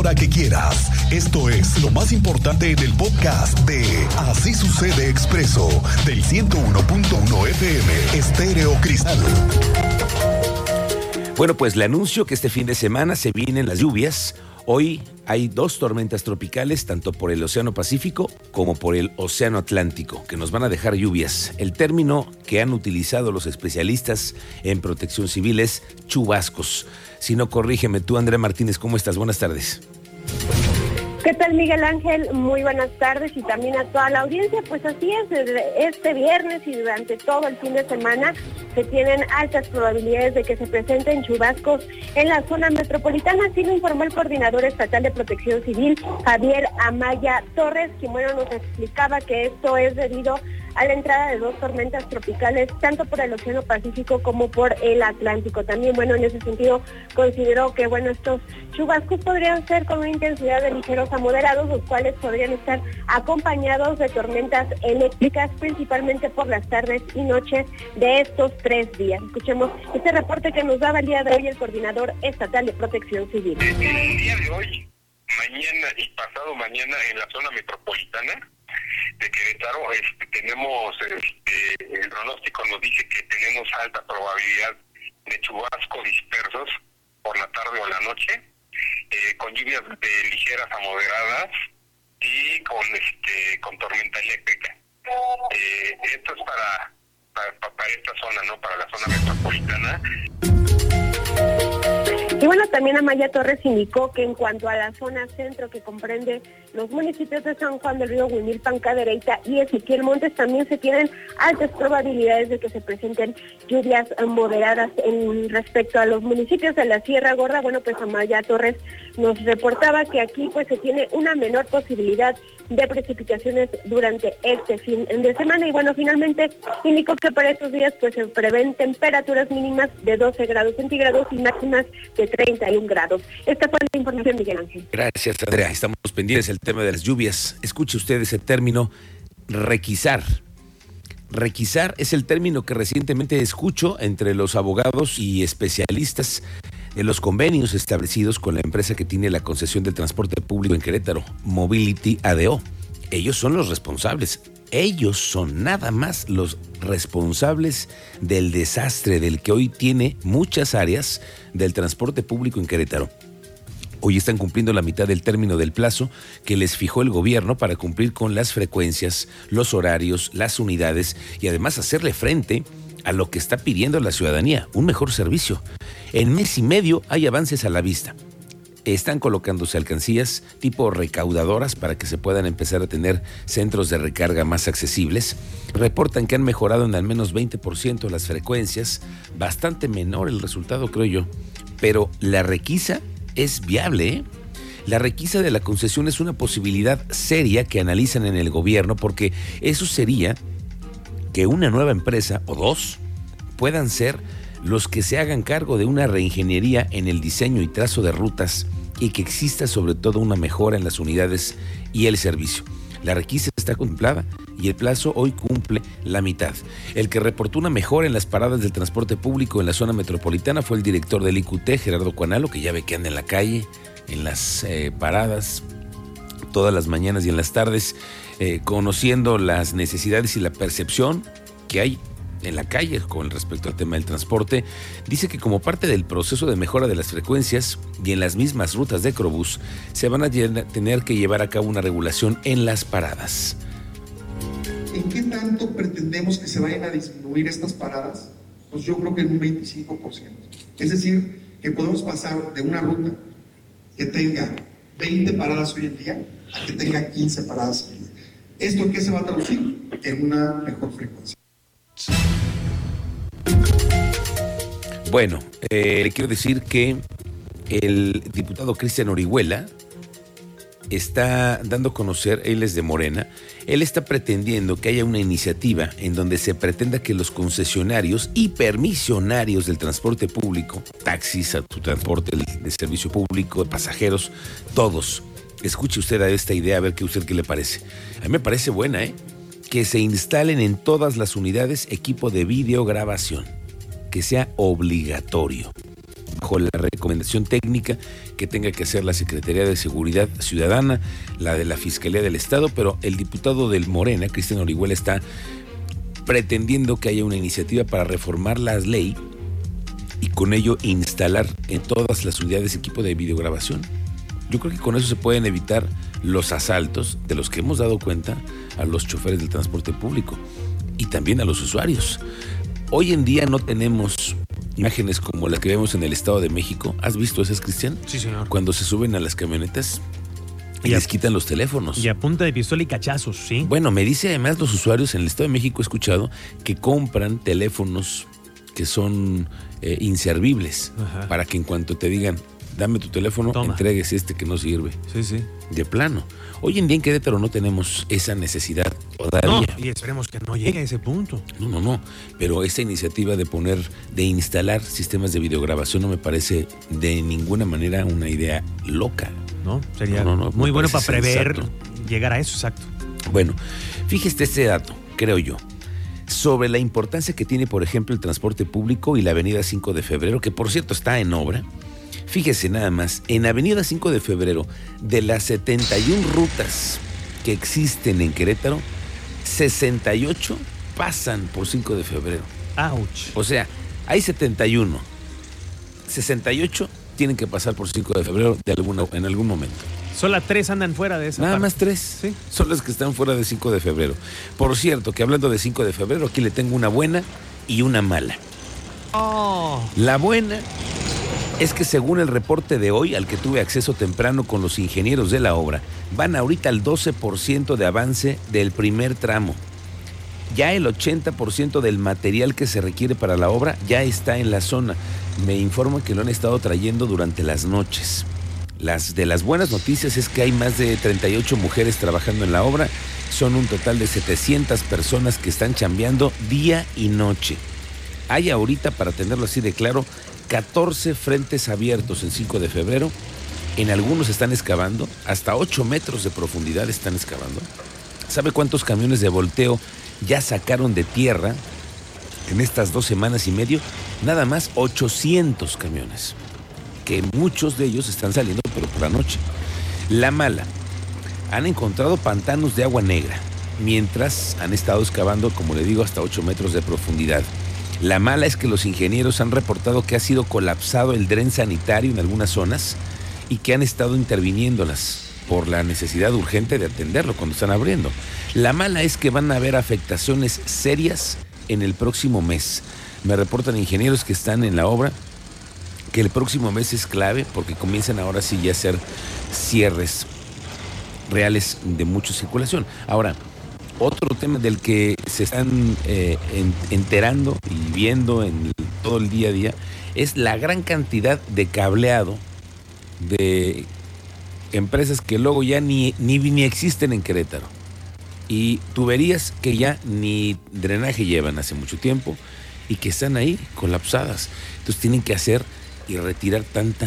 hora que quieras. Esto es lo más importante en el podcast de Así Sucede Expreso del 101.1 FM Estéreo Cristal. Bueno, pues le anuncio que este fin de semana se vienen las lluvias. Hoy hay 2 tormentas tropicales, tanto por el Océano Pacífico como por el Océano Atlántico, que nos van a dejar lluvias. El término que han utilizado los especialistas en protección civil es chubascos. Si no, corrígeme tú, Andrea Martínez, ¿cómo estás? Buenas tardes. ¿Qué tal, Miguel Ángel? Muy buenas tardes y también a toda la audiencia. Pues así es, desde este viernes y durante todo el fin de semana se tienen altas probabilidades de que se presenten chubascos en la zona metropolitana, así lo informó el coordinador estatal de protección civil, Javier Amaya Torres, quien nos explicaba que esto es debido a la entrada de 2 tormentas tropicales, tanto por el Océano Pacífico como por el Atlántico. También, en ese sentido, consideró que, estos chubascos podrían ser con una intensidad de ligeros a moderados, los cuales podrían estar acompañados de tormentas eléctricas, principalmente por las tardes y noches de estos 3 días. Escuchemos este reporte que nos daba el día de hoy el coordinador estatal de protección civil. El día de hoy, mañana y pasado mañana en la zona metropolitana de Querétaro, tenemos, el pronóstico nos dice que tenemos alta probabilidad de chubascos dispersos por la tarde o la noche, con lluvias ligeras a moderadas y con tormenta eléctrica. Esto es para esta zona, ¿no? Para la zona metropolitana. Y también Amaya Torres indicó que en cuanto a la zona centro, que comprende los municipios de San Juan del Río, Huimilpan, Cadereyta y Ezequiel Montes, también se tienen altas probabilidades de que se presenten lluvias moderadas. En respecto a los municipios de la Sierra Gorda, pues Amaya Torres nos reportaba que aquí se tiene una menor posibilidad de precipitaciones durante este fin de semana. Y finalmente indicó que para estos días se prevén temperaturas mínimas de 12 grados centígrados y máximas de 31 grados. Esta fue la información, Miguel Ángel. Gracias, Andrea. Estamos pendientes del tema de las lluvias. Escuche usted ese término, requisar. Requisar es el término que recientemente escucho entre los abogados y especialistas de los convenios establecidos con la empresa que tiene la concesión del transporte público en Querétaro, Mobility ADO. Ellos son los responsables. Ellos son nada más los responsables del desastre del que hoy tiene muchas áreas del transporte público en Querétaro. Hoy están cumpliendo la mitad del término del plazo que les fijó el gobierno para cumplir con las frecuencias, los horarios, las unidades y además hacerle frente a lo que está pidiendo la ciudadanía, un mejor servicio. En mes y medio hay avances a la vista. Están colocándose alcancías tipo recaudadoras para que se puedan empezar a tener centros de recarga más accesibles. Reportan que han mejorado en al menos 20% las frecuencias, bastante menor el resultado, creo yo. Pero la requisa es viable, ¿eh? La requisa de la concesión es una posibilidad seria que analizan en el gobierno, porque eso sería que una nueva empresa o 2 puedan ser los que se hagan cargo de una reingeniería en el diseño y trazo de rutas y que exista sobre todo una mejora en las unidades y el servicio. La requisa está contemplada y el plazo hoy cumple la mitad. El que reportó una mejora en las paradas del transporte público en la zona metropolitana fue el director del IQT, Gerardo Cuanalo, que ya ve que anda en la calle, en las paradas, todas las mañanas y en las tardes, conociendo las necesidades y la percepción que hay en la calle con respecto al tema del transporte. Dice que como parte del proceso de mejora de las frecuencias y en las mismas rutas de Crobús, se van a tener que llevar a cabo una regulación en las paradas. ¿En qué tanto pretendemos que se vayan a disminuir estas paradas? Pues yo creo que en un 25%. Es decir, que podemos pasar de una ruta que tenga 20 paradas hoy en día a que tenga 15 paradas hoy en día. ¿Esto en qué se va a traducir? En una mejor frecuencia. Bueno, le quiero decir que el diputado Cristian Orihuela está dando a conocer, él es de Morena, él está pretendiendo que haya una iniciativa en donde se pretenda que los concesionarios y permisionarios del transporte público, taxis, a tu transporte de servicio público, de pasajeros, todos, escuche usted a esta idea, a ver qué le parece. A mí me parece buena, que se instalen en todas las unidades equipo de videograbación, que sea obligatorio. bajo la recomendación técnica que tenga que hacer la Secretaría de Seguridad Ciudadana, la de la Fiscalía del Estado, pero el diputado del Morena, Cristian Orihuela, está pretendiendo que haya una iniciativa para reformar la ley y con ello instalar en todas las unidades equipo de videograbación. Yo creo que con eso se pueden evitar los asaltos de los que hemos dado cuenta a los choferes del transporte público y también a los usuarios. Hoy en día no tenemos imágenes como las que vemos en el Estado de México. ¿Has visto esas, Cristian? Sí, señor. Cuando se suben a las camionetas y les quitan los teléfonos. Y a punta de pistola y cachazos, ¿sí? Bueno, me dice además los usuarios en el Estado de México, he escuchado, que compran teléfonos que son inservibles. Ajá. Para que en cuanto te digan, dame tu teléfono, entregues este que no sirve. Sí, sí. De plano. Hoy en día en Querétaro no tenemos esa necesidad todavía. No, y esperemos que no llegue a ese punto. No. Pero esa iniciativa de instalar sistemas de videograbación no me parece de ninguna manera una idea loca. No, sería muy bueno para prever llegar a eso, exacto. Bueno, fíjese este dato, creo yo, sobre la importancia que tiene, por ejemplo, el transporte público y la avenida 5 de Febrero, que por cierto está en obra. Fíjese nada más, en Avenida 5 de Febrero, de las 71 rutas que existen en Querétaro, 68 pasan por 5 de Febrero. ¡Auch! O sea, hay 71, 68 tienen que pasar por 5 de Febrero en algún momento. Solo 3 andan fuera de esa Nada parte. más 3, ¿Sí? Son las que están fuera de 5 de Febrero. Por cierto, que hablando de 5 de Febrero, aquí le tengo una buena y una mala. Oh. La buena es que según el reporte de hoy, al que tuve acceso temprano con los ingenieros de la obra, van ahorita al 12% de avance del primer tramo. Ya el 80% del material que se requiere para la obra ya está en la zona. Me informan que lo han estado trayendo durante las noches. De las buenas noticias es que hay más de 38 mujeres trabajando en la obra. Son un total de 700 personas que están chambeando día y noche. Hay ahorita, para tenerlo así de claro, 14 frentes abiertos en 5 de Febrero. En algunos están excavando, hasta 8 metros de profundidad están excavando. ¿Sabe cuántos camiones de volteo ya sacaron de tierra en estas 2 semanas y medio? Nada más 800 camiones, que muchos de ellos están saliendo, pero por la noche. La mala, han encontrado pantanos de agua negra, mientras han estado excavando, como le digo, hasta 8 metros de profundidad. La mala es que los ingenieros han reportado que ha sido colapsado el dren sanitario en algunas zonas y que han estado interviniéndolas por la necesidad urgente de atenderlo cuando están abriendo. La mala es que van a haber afectaciones serias en el próximo mes. Me reportan ingenieros que están en la obra que el próximo mes es clave porque comienzan ahora sí ya a hacer cierres reales de mucha circulación. Ahora, otro tema del que se están enterando y viendo en todo el día a día es la gran cantidad de cableado de empresas que luego ya ni existen en Querétaro y tuberías que ya ni drenaje llevan hace mucho tiempo y que están ahí colapsadas. Entonces tienen que hacer y retirar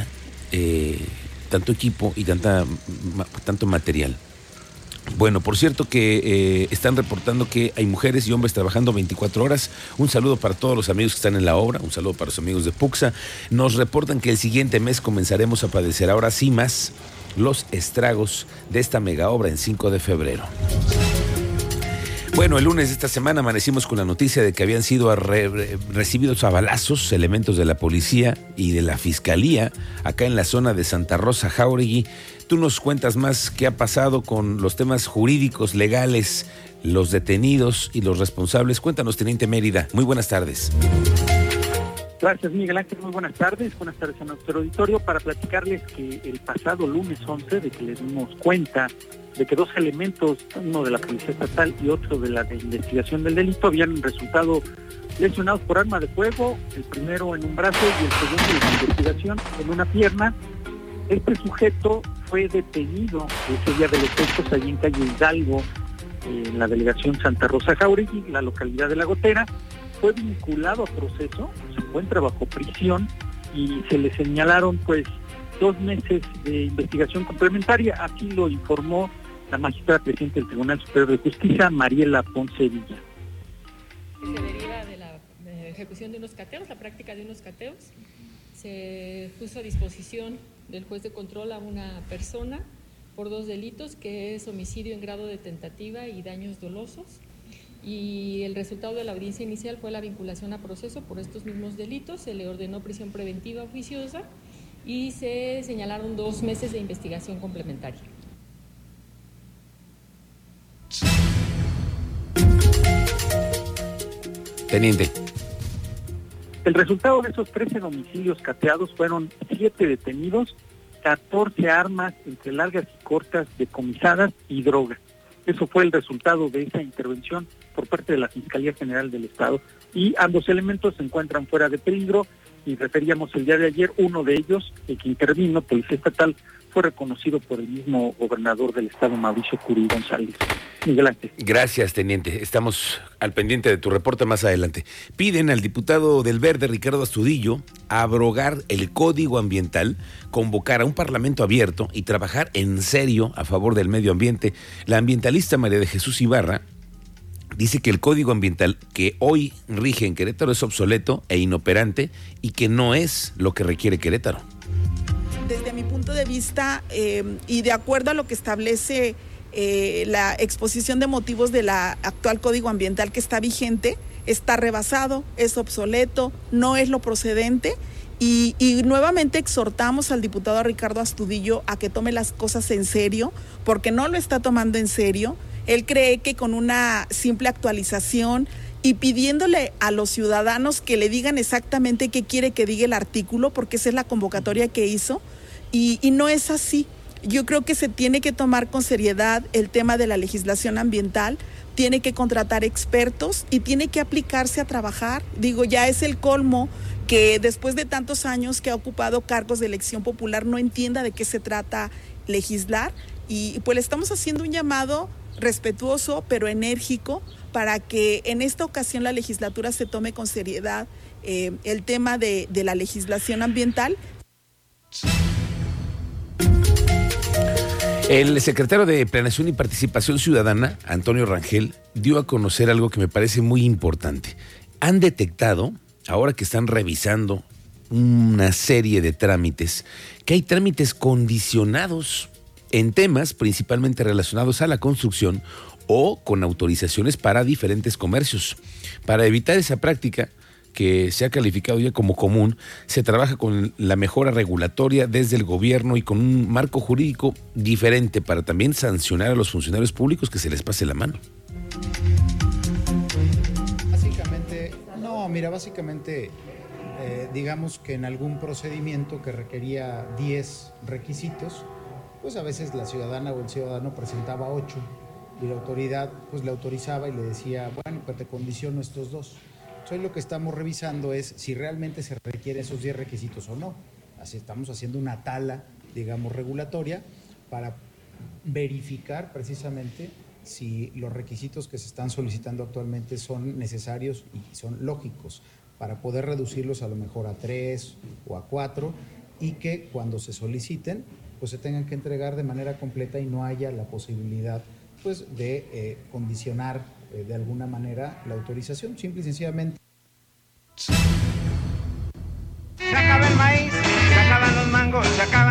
tanto equipo y tanto material. Bueno, por cierto que están reportando que hay mujeres y hombres trabajando 24 horas. Un saludo para todos los amigos que están en la obra, un saludo para los amigos de Puxa. Nos reportan que el siguiente mes comenzaremos a padecer ahora sí más los estragos de esta mega obra en 5 de febrero. Bueno, el lunes de esta semana amanecimos con la noticia de que habían sido recibidos a balazos elementos de la policía y de la fiscalía acá en la zona de Santa Rosa, Jáuregui. Tú nos cuentas más qué ha pasado con los temas jurídicos, legales, los detenidos y los responsables. Cuéntanos, Teniente Mérida. Muy buenas tardes. Gracias, Miguel Ángel. Muy buenas tardes. Buenas tardes a nuestro auditorio para platicarles que el pasado lunes 11, de que les dimos cuenta de que 2 elementos, uno de la Policía Estatal y otro de la de investigación del delito, habían resultado lesionados por arma de fuego, el primero en un brazo y el segundo en la investigación en una pierna. Este sujeto fue detenido ese día de los hechos allí en calle Hidalgo, en la delegación Santa Rosa Jáuregui, la localidad de La Gotera. Fue vinculado a proceso, se encuentra bajo prisión y se le señalaron pues 2 meses de investigación complementaria. Así lo informó la magistrada presidenta del Tribunal Superior de Justicia, Mariela Ponce Villa. Se deriva de la ejecución de unos cateos, la práctica de unos cateos. Se puso a disposición del juez de control a una persona por 2 delitos, que es homicidio en grado de tentativa y daños dolosos. Y el resultado de la audiencia inicial fue la vinculación a proceso por estos mismos delitos. Se le ordenó prisión preventiva oficiosa y se señalaron 2 meses de investigación complementaria. Teniente. El resultado de esos 13 domicilios cateados fueron 7 detenidos, 14 armas entre largas y cortas decomisadas y droga. Eso fue el resultado de esa intervención por parte de la Fiscalía General del Estado, y ambos elementos se encuentran fuera de peligro, y referíamos el día de ayer, uno de ellos, el que intervino, Policía Estatal, fue reconocido por el mismo gobernador del Estado, Mauricio Curi González. Miguel Ángel. Gracias, teniente. Estamos al pendiente de tu reporte más adelante. Piden al diputado del Verde, Ricardo Astudillo, abrogar el Código Ambiental, convocar a un parlamento abierto y trabajar en serio a favor del medio ambiente. La ambientalista María de Jesús Ibarra dice que el Código Ambiental que hoy rige en Querétaro es obsoleto e inoperante y que no es lo que requiere Querétaro. Desde mi punto de vista, y de acuerdo a lo que establece la exposición de motivos de la actual Código Ambiental que está vigente, está rebasado, es obsoleto, no es lo procedente, y nuevamente exhortamos al diputado Ricardo Astudillo a que tome las cosas en serio, porque no lo está tomando en serio. Él cree que con una simple actualización y pidiéndole a los ciudadanos que le digan exactamente qué quiere que diga el artículo, porque esa es la convocatoria que hizo, y no es así. Yo creo que se tiene que tomar con seriedad el tema de la legislación ambiental, tiene que contratar expertos y tiene que aplicarse a trabajar. Digo, ya es el colmo que después de tantos años que ha ocupado cargos de elección popular no entienda de qué se trata legislar, y pues le estamos haciendo un llamado respetuoso pero enérgico para que en esta ocasión la legislatura se tome con seriedad el tema de la legislación ambiental. El secretario de Planeación y Participación Ciudadana, Antonio Rangel, dio a conocer algo que me parece muy importante. Han detectado, ahora que están revisando una serie de trámites, que hay trámites condicionados en temas principalmente relacionados a la construcción o con autorizaciones para diferentes comercios. Para evitar esa práctica que se ha calificado ya como común, se trabaja con la mejora regulatoria desde el gobierno y con un marco jurídico diferente para también sancionar a los funcionarios públicos que se les pase la mano. Básicamente, digamos que en algún procedimiento que requería 10 requisitos, pues a veces la ciudadana o el ciudadano presentaba 8 y la autoridad pues le autorizaba y le decía, bueno, pues te condiciono estos 2. Hoy lo que estamos revisando es si realmente se requieren esos 10 requisitos o no. Así estamos haciendo una tala, digamos, regulatoria para verificar precisamente si los requisitos que se están solicitando actualmente son necesarios y son lógicos para poder reducirlos a lo mejor a 3 o a 4 y que cuando se soliciten pues se tengan que entregar de manera completa y no haya la posibilidad pues de condicionar de alguna manera la autorización, simple y sencillamente. Se acaba el maíz, se acaban los mangos, se acaba